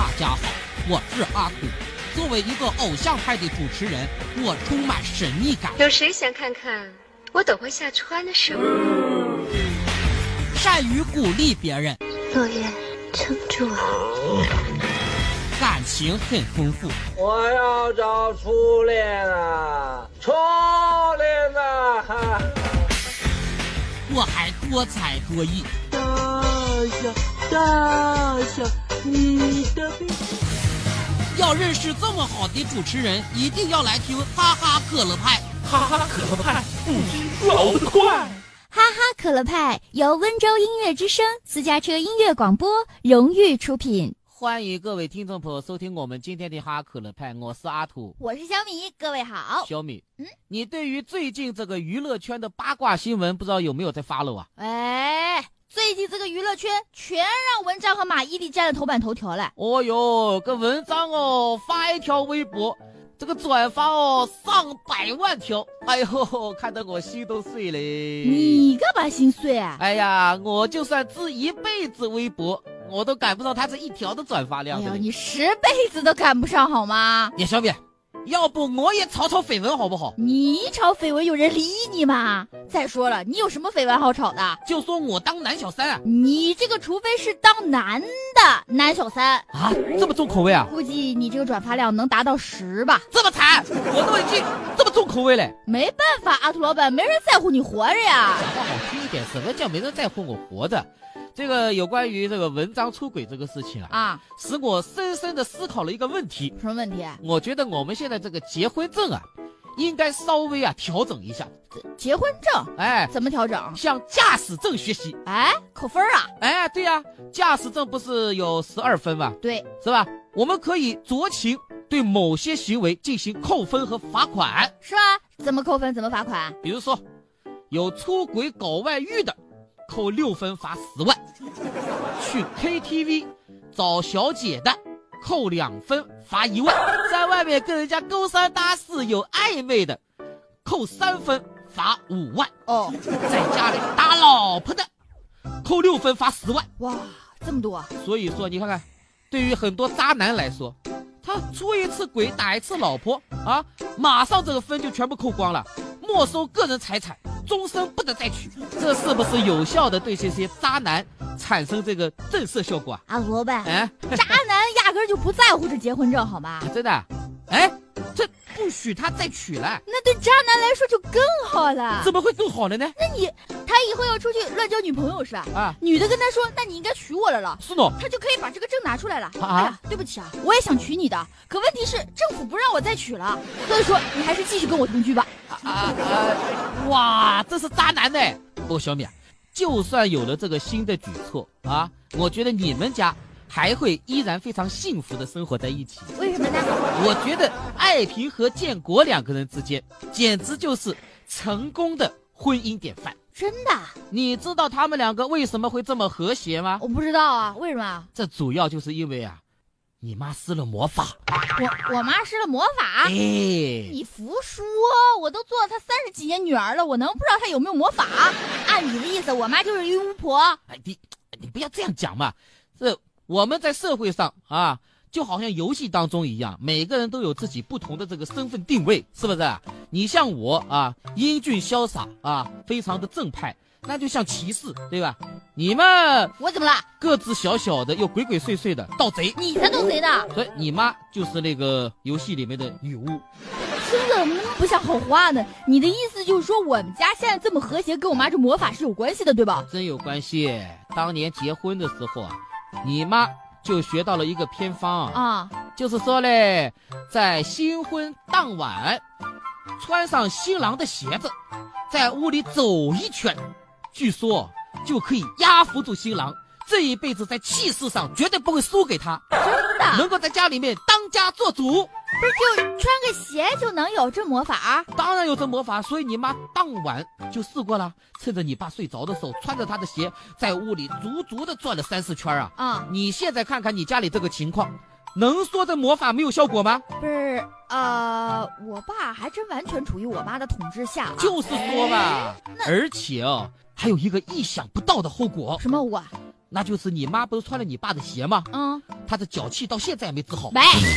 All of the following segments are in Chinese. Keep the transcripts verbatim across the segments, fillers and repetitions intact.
大家好，我是阿土。作为一个偶像派的主持人，我充满神秘感。 有谁想看看我等会下穿的时候？ 善于鼓励别人， 落叶撑住啊！ 感情很丰富。 我要找初恋啊，初恋啊！ 我还多才多艺。 大象，大象，你的鼻子。 要认识这么好的主持人，一定要来听哈哈可乐派。 哈哈可乐派，不听老得快。 哈哈可乐派由温州音乐之声私家车音乐广播荣誉出品。 欢迎各位听众朋友收听我们今天的哈哈可乐派，我是阿土， 我是小米，各位好。 小米， 嗯， 你对于最近这个娱乐圈的八卦新闻，不知道有没有在 follow 啊？ 哎，最近这个娱乐圈全让文章和马伊琍占了头版头条了。 哦哟，个文章哦，发一条微博，这个转发哦上百万条，哎呦，看得我心都碎了。 你干嘛心碎啊？ 哎呀，我就算治一辈子微博，我都赶不上他这一条的转发量。 哎呦，你十辈子都赶不上好吗？ 你小米，要不我也炒炒绯闻好不好？ 你一炒绯闻有人理你吗？再说了，你有什么绯闻好炒的？ 就说我当男小三啊！ 你这个除非是当男的男小三啊，这么重口味啊？ 估计你这个转发量能达到十吧。 这么惨，我都已经这么重口味了。 没办法，阿土老板，没人在乎你活着呀。 讲话好听一点，什么叫没人在乎我活着？这个有关于这个文章出轨这个事情啊， 啊， 使我深深的思考了一个问题。 什么问题？ 我觉得我们现在这个结婚证啊，应该稍微啊调整一下。 结婚证？ 哎， 怎么调整？ 向驾驶证学习。 哎，扣分啊？ 哎，对呀、啊，驾驶证不是有十二分吗？ 对， 是吧？我们可以酌情对某些行为进行扣分和罚款。 是吧？怎么扣分？怎么罚款？ 比如说，有出轨搞外遇的，扣六分罚十万；去 K T V 找小姐的，扣两分罚一万；在外面跟人家勾三搭四有暧昧的，扣三分罚五万。 哦， 在家里打老婆的，扣六分罚十万。 哇，这么多！ 所以说，你看看，对于很多渣男来说，他出一次轨打一次老婆啊，马上这个分就全部扣光了，没收个人财产，终身不得再娶。这是不是有效的对这些渣男产生这个震慑效果啊？ 阿土老板， 哎， 渣男压根就不在乎这结婚证，好吗？ 真的？哎，这不许他再娶了， 那对渣男来说就更好了。 怎么会更好了呢？ 那你他以后要出去乱交女朋友是吧？ 啊， 女的跟他说，那你应该娶我了了， 是喏， 他就可以把这个证拿出来了。 啊， 哎呀，对不起啊，我也想娶你的，可问题是政府不让我再娶了，所以说你还是继续跟我同居吧。 啊啊啊！哇，这是渣男呢。不过小米啊，就算有了这个新的举措啊，我觉得你们家还会依然非常幸福的生活在一起。 为什么呢？ 我觉得爱萍和建国两个人之间简直就是成功的婚姻典范。 真的？ 你知道他们两个为什么会这么和谐吗？ 我不知道啊，为什么？ 这主要就是因为啊，你妈施了魔法。 我我妈施了魔法？ 哎， 你胡说！我都做了她三十几年女儿了，我能不知道她有没有魔法？按你的意思，我妈就是晕巫婆。 哎，你你不要这样讲嘛。这我们在社会上啊，就好像游戏当中一样，每个人都有自己不同的这个身份定位，是不是啊？你像我啊，英俊潇洒啊，非常的正派，那就像骑士，对吧？你们我怎么了？ 个子小小的又鬼鬼祟祟的盗贼， 你才盗贼呢！ 所以你妈就是那个游戏里面的女巫。 听着怎么那么不像好话呢？你的意思就是说我们家现在这么和谐，跟我妈这魔法是有关系的，对吧？ 真有关系。当年结婚的时候啊，你妈就学到了一个偏方啊， 就是说嘞，在新婚当晚穿上新郎的鞋子，在屋里走一圈，据说就可以压服住新郎，这一辈子在气势上绝对不会输给他， 真的能够在家里面当家做主。 不是就穿个鞋就能有这魔法？ 当然有这魔法，所以你妈当晚就试过了，趁着你爸睡着的时候，穿着他的鞋在屋里足足的转了三四圈啊！ 啊、嗯， 你现在看看你家里这个情况，能说这魔法没有效果吗？ 不是，呃，我爸还真完全处于我妈的统治下、啊。 就是说吧，而且哦，还有一个意想不到的后果。 什么后果？ 那就是你妈不是穿了你爸的鞋吗？ 嗯， 她的脚气到现在也没治好。 喂，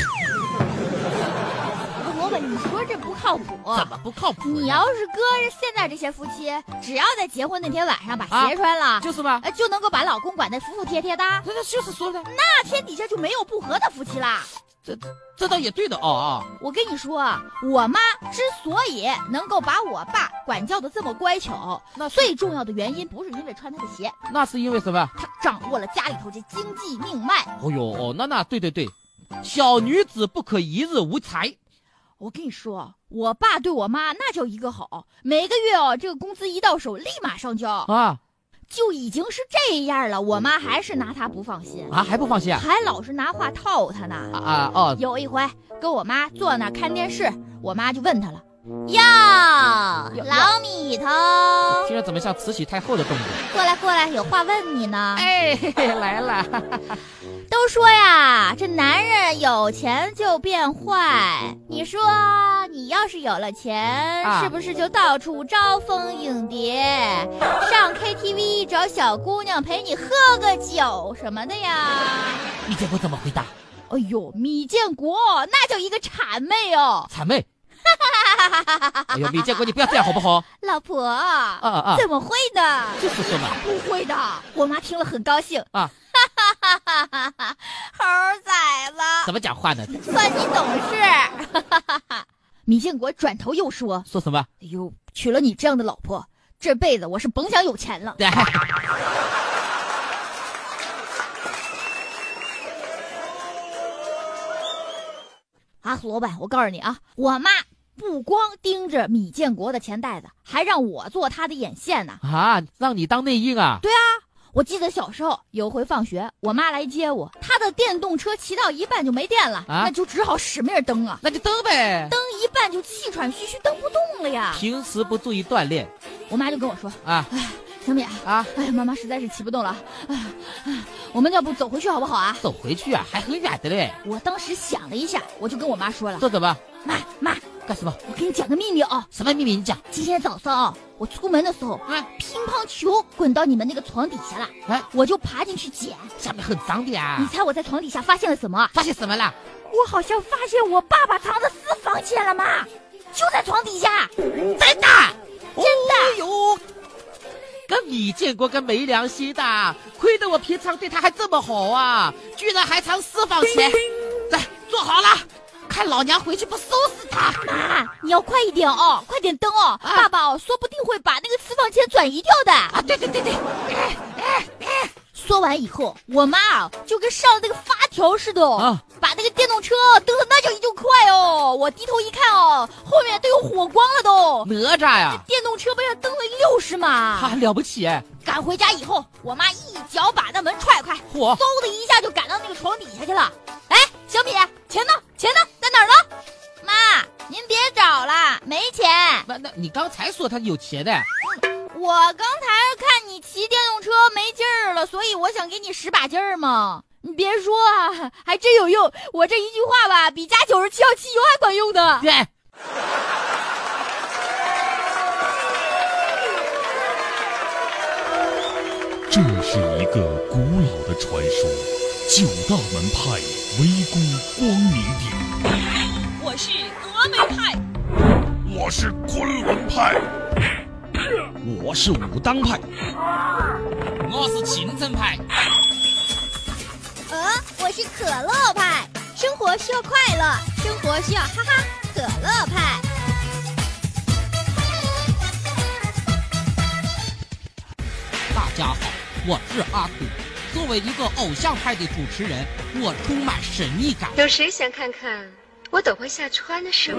萝卜，你说这不靠谱？ 怎么不靠谱？ 你要是搁着现在这些夫妻，只要在结婚那天晚上把鞋穿了， 啊、就是吧， 呃，就能够把老公管得服服帖帖的。 那就是说的， 那天底下就没有不和的夫妻啦。 这这倒也对的哦啊！ 我跟你说，我妈之所以能够把我爸管教的这么乖巧，那最重要的原因不是因为穿他的鞋， 那是因为什么？ 他掌握了家里头这经济命脉。 哦呦哦，那那对对对，小女子不可一日无才。 我跟你说，我爸对我妈那叫一个好，每个月哦，这个工资一到手立马上交啊。 就已经是这样了，我妈还是拿他不放心啊，还不放心啊， 还老是拿话套他呢。 啊啊哦！ 有一回跟我妈坐那看电视，我妈就问他了：“哟，老米头， 听着怎么像慈禧太后的动作？ 过来过来，有话问你呢。” 哎，嘿嘿来了。 都说呀，这男人有钱就变坏。你说你要是有了钱，啊、是不是就到处招蜂引蝶，上 K T V 找小姑娘陪你喝个酒什么的呀？ 米建国怎么回答？ 哎呦，米建国那叫一个谄媚哦， 谄媚。哎呦，米建国，你不要这样好不好？ 老婆， 啊啊， 怎么会呢？ 就是说嘛， 不会的。我妈听了很高兴啊。 猴崽子， 怎么讲话呢？ 算你懂事。米建国转头又说：“ 说什么？ 哎呦，娶了你这样的老婆，这辈子我是甭想有钱了。” 对。 啊，老板，我告诉你啊，我妈不光盯着米建国的钱袋子，还让我做她的眼线呢。 啊，让你当内应啊？ 对啊。我记得小时候有回放学，我妈来接我，她的电动车骑到一半就没电了，啊、那就只好使命蹬啊。 那就蹬呗， 蹬一半就气喘吁吁蹬不动了呀。 平时不注意锻炼， 我妈就跟我说啊， 哎，小米啊，哎呀，妈妈实在是骑不动了，哎，我们要不走回去好不好啊？ 走回去啊，还很远的嘞。 我当时想了一下，我就跟我妈说了， 说什么？ 妈妈。 干什么？ 我跟你讲个秘密哦。 什么秘密？你讲。 今天早上啊，我出门的时候，哎，乒乓球滚到你们那个床底下了，哎，我就爬进去捡， 下面很脏的呀。 你猜我在床底下发现了什么？ 发现什么了？ 我好像发现我爸爸藏的私房钱了嘛，就在床底下。 真的？ 真的？ 哟，跟米建国跟没良心的，亏得我平常对他还这么好啊，居然还藏私房钱。来，坐好了。看老娘回去不收拾他！ 妈，你要快一点哦，快点蹬哦！啊、爸爸哦，说不定会把那个私房钱转移掉的啊！对对对对！哎哎哎！说完以后，我妈啊就跟上了那个发条似的哦，啊、把那个电动车蹬的那叫一就快哦！我低头一看哦，后面都有火光了都。 哪吒呀！ 电动车被他蹬了六十码， 他了不起哎！ 赶回家以后，我妈一脚把那门踹开， 嚯， 嗖的一下就赶到那个床底下去了。哎，小米，钱呢？钱呢？在哪儿呢？妈，您别找了，没钱。 那那你刚才说他有钱的。 我刚才看你骑电动车没劲儿了，所以我想给你使把劲儿嘛。你别说啊，还真有用。我这一句话吧，比加九十七号汽油还管用的。 对。 这是一个古老的传说，九大门派围攻光明顶。 我是峨眉派， 我是昆仑派， 我是武当派， 我是青城派。 呃，我是可乐派。生活需要快乐，生活需要哈哈可乐派。 大家好，我是阿土。作为一个偶像派的主持人，我充满神秘感。 有谁想看看我等会下穿的什么？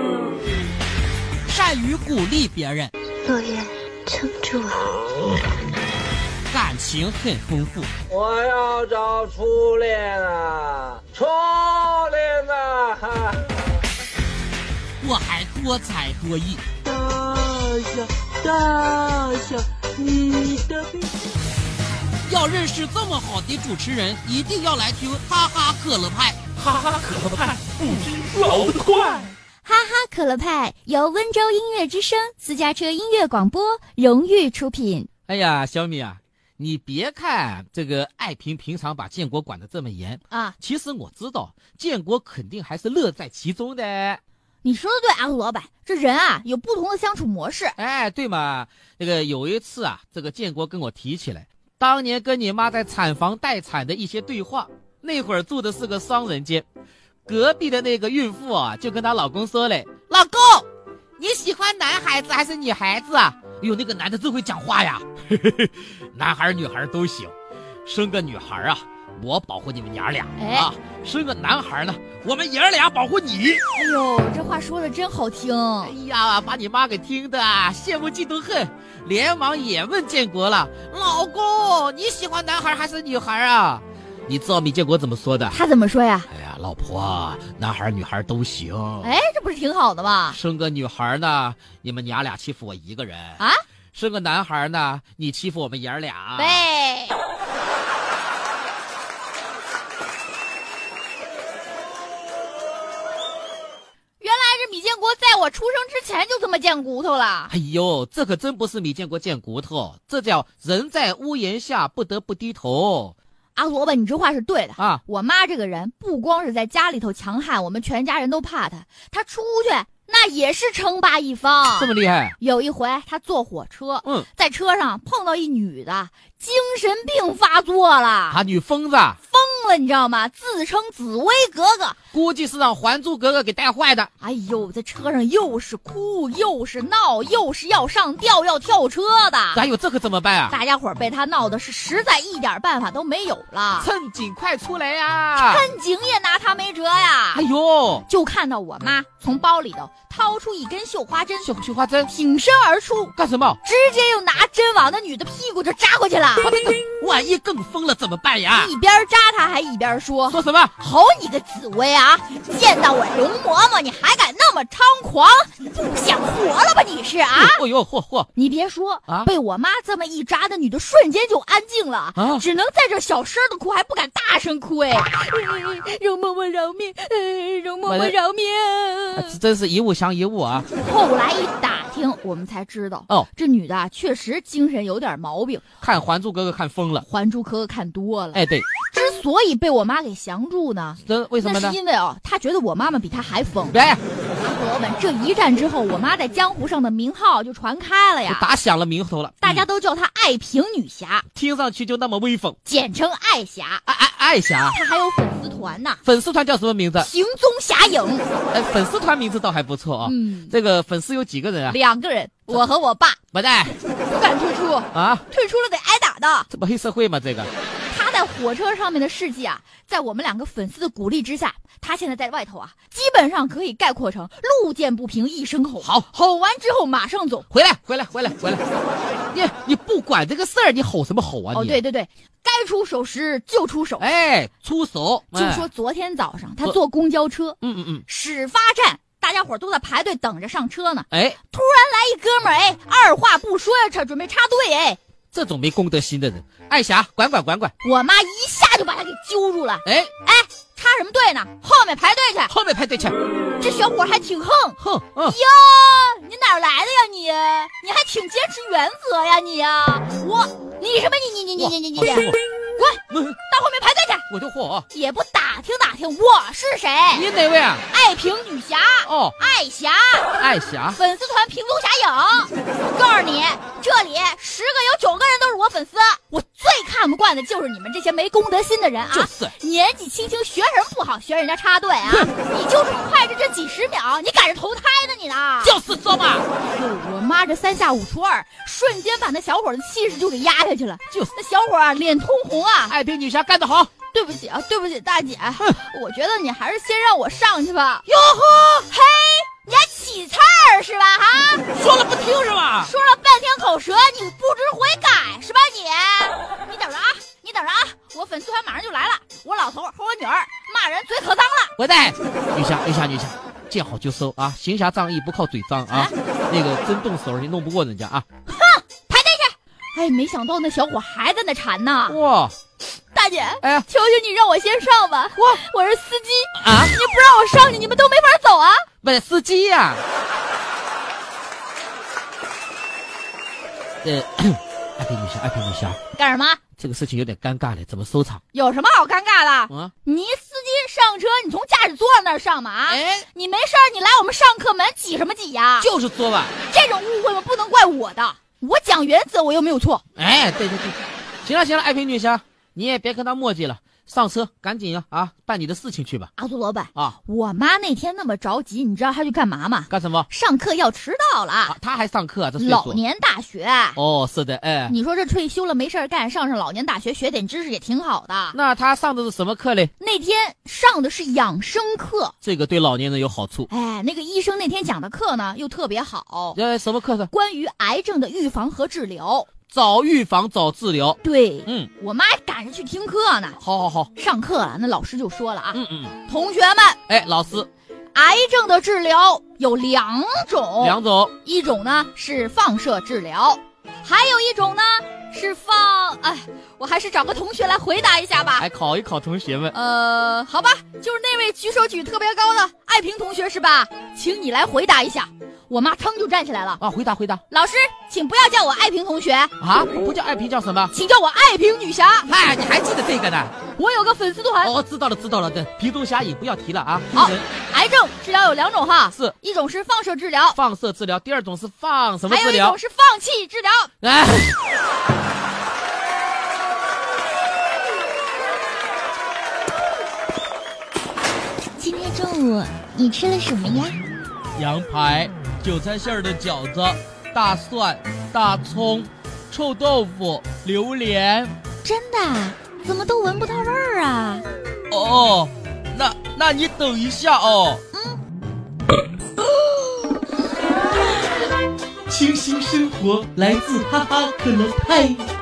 善于鼓励别人。 落叶，撑住啊！ 感情很丰富。 我要找初恋啊，初恋啊！ 我还多才多艺。 大象，大象，你的背。 要认识这么好的主持人，一定要来听哈哈可乐派。 哈哈可乐派，不听老得快。 哈哈可乐派由温州音乐之声私家车音乐广播荣誉出品。 哎呀，小米啊， 你别看这个爱萍平常把建国管得这么严啊， 其实我知道建国肯定还是乐在其中的。 你说的对，阿虎老板，这人啊有不同的相处模式。 哎，对嘛，那个有一次啊，这个建国跟我提起来，当年跟你妈在产房待产的一些对话。那会儿住的是个双人间，隔壁的那个孕妇啊，就跟她老公说嘞：“老公，你喜欢男孩子还是女孩子啊？”哎呦，那个男的真会讲话呀！男孩女孩都行，生个女孩啊，我保护你们娘俩、哎、啊；生个男孩呢，我们爷儿俩保护你。 哎呦，这话说的真好听！ 哎呀，把你妈给听的羡慕嫉妒恨，连忙也问建国了：“老公，你喜欢男孩还是女孩啊？”你知道米建国怎么说的？ 他怎么说呀？ 哎呀，老婆，男孩女孩都行。 哎，这不是挺好的吗？ 生个女孩呢，你们娘俩欺负我一个人啊； 生个男孩呢，你欺负我们爷儿俩。 对。原来这米建国在我出生之前就这么贱骨头了。 哎呦，这可真不是米建国贱骨头，这叫人在屋檐下不得不低头。 阿罗吧，你这话是对的啊！ 我妈这个人不光是在家里头强悍，我们全家人都怕她。她出去那也是称霸一方， 这么厉害。 有一回她坐火车， 嗯， 在车上碰到一女的，精神病发作了。 啊，女疯子， 疯了，你知道吗？自称紫薇格格， 估计是让还珠格格给带坏的。 哎呦，在车上又是哭又是闹，又是要上吊要跳车的。 哎呦，这可怎么办啊？ 大家伙被他闹的是实在一点办法都没有了。 趁景快出来呀！ 趁景也拿他没辙呀！ 哎呦， 就看到我妈从包里头掏出一根绣花针， 绣绣花针挺身而出， 干什么？ 直接又拿针往那女的屁股就扎过去了。 万一更疯了怎么办呀？ 一边扎他还一边说说什么？ 好你个紫薇啊！见到我容嬷嬷你还敢那么猖狂？不想活了吧你是啊？ 哎呦嚯嚯！ 你别说啊， 被我妈这么一扎的女的瞬间就安静了啊， 只能在这小声的哭，还不敢大声哭。哎，容嬷嬷饶命！哎，容嬷嬷饶命！ 这真是一物降一物啊！ 后来一打听，我们才知道哦， 这女的确实精神有点毛病， 看《还珠格格》看疯了，《 还珠格格》看多了。 哎，对。 之所以被我妈给降住呢， 这为什么呢？ 那是因为哦，她觉得我妈妈比她还疯。 哎， 朋友们，这一战之后，我妈在江湖上的名号就传开了呀， 打响了名头了， 大家都叫她爱萍女侠， 听上去就那么威风， 简称爱侠。 爱爱爱侠， 她还有粉丝团呢， 粉丝团叫什么名字？ 行踪侠影。 哎，粉丝团名字倒还不错啊。 嗯， 这个粉丝有几个人啊？ 两个人，我和我爸。 不带， 不敢退出啊！ 退出了得挨打的。 这不黑社会吗？这个。 他在火车上面的事迹啊，在我们两个粉丝的鼓励之下，他现在在外头啊，基本上可以概括成路见不平一声吼。 好， 吼完之后马上走， 回来，回来，回来，回来。你你不管这个事儿，你吼什么吼啊？ 哦，对对对，该出手时就出手。 哎，出手。 就说昨天早上他坐公交车， 嗯嗯嗯， 始发站。大家伙都在排队等着上车呢， 哎， 突然来一哥们儿，哎，二话不说呀，这准备插队，哎， 这种没公德心的人，爱侠管管管管， 我妈一下就把他给揪住了， 哎哎，插什么队呢？后面排队去， 后面排队去。 这小伙还挺横， 横，嗯哟，你哪儿来的呀你？你还挺坚持原则呀你呀？我，你什么你你你你你你你，滚，到后面排队去。 我就嚯， 也不打听打听我是谁？ 你哪位啊？ 爱萍女侠哦， 爱侠， 爱侠， 粉丝团萍踪侠影。我告诉你，这里十个有九个人都是我粉丝。我最看不惯的就是你们这些没公德心的人啊！ 就是年纪轻轻学什么不好，学人家插队啊！你就是快着这几十秒，你赶着投胎呢你呢？ 就是说嘛！ 我妈这三下五除二，瞬间把那小伙的气势就给压下去了。 就是那小伙啊，脸通红啊！ 爱萍女侠干得好。 对不起啊，对不起大姐，我觉得你还是先让我上去吧。 哟呵， 嘿，你还起刺儿是吧？哈， 说了不听是吧？ 说了半天口舌，你不知悔改是吧你？你等着啊，你等着啊，我粉丝团马上就来了。我老头和我女儿骂人嘴可脏了。 我在，女侠，女侠，女侠，见好就收啊！行侠仗义不靠嘴脏啊！啊那个真动手你弄不过人家啊！ 哼，排队去！哎，没想到那小伙还在那缠呢。 哇！ 大姐， 哎， 求求你让我先上吧！我我是司机啊！ 你不让我上去，你们都没法走啊！ 不是司机呀、啊。呃， 爱萍女侠，爱萍女侠， 干什么？ 这个事情有点尴尬了，怎么收场？ 有什么好尴尬的？ 啊， 你司机上车，你从驾驶座那儿上嘛？ 哎， 你没事儿，你来我们上课门挤什么挤呀？ 就是作吧。 这种误会嘛，不能怪我的，我讲原则，我又没有错。 哎，对对对，行了行了，爱萍女侠，你也别跟他磨叽了。上车，赶紧呀啊，办你的事情去吧。 阿杜老板啊， 我妈那天那么着急，你知道她去干嘛吗？ 干什么？ 上课要迟到了。 啊，她还上课啊？这岁数老年大学。 哦，是的，哎。 你说这退休了没事干，上上老年大学学点知识也挺好的。 那她上的是什么课嘞？ 那天上的是养生课， 这个对老年人有好处。 哎，那个医生那天讲的课呢，又特别好。 呃，什么课程？ 关于癌症的预防和治疗。 早预防早治疗。 对， 嗯， 我妈还赶着去听课呢。 好好好， 上课了，那老师就说了啊， 嗯嗯， 同学们， 哎，老师， 癌症的治疗有两种， 两种， 一种呢是放射治疗，还有一种呢是放……哎，我还是找个同学来回答一下吧。 来考一考同学们。 呃，好吧，就是那位举手举特别高的爱萍同学是吧？请你来回答一下。我妈噌就站起来了啊！回答回答， 老师，请不要叫我爱萍同学啊，不叫爱萍叫什么？ 请叫我爱萍女侠。 哎，你还记得这个呢？ 我有个粉丝团。 哦，知道了知道了，对，萍中侠影不要提了啊。 好，癌症治疗有两种哈， 是一种是放射治疗， 放射治疗，第二种是放什么治疗？ 还有一种是放弃治疗。 哎， 今天中午你吃了什么呀？ 羊排、韭菜馅儿的饺子、大蒜、大葱、臭豆腐、榴莲。 真的？怎么都闻不到味儿啊？ 哦，那那你等一下哦。 嗯。清新生活来自哈哈可乐派。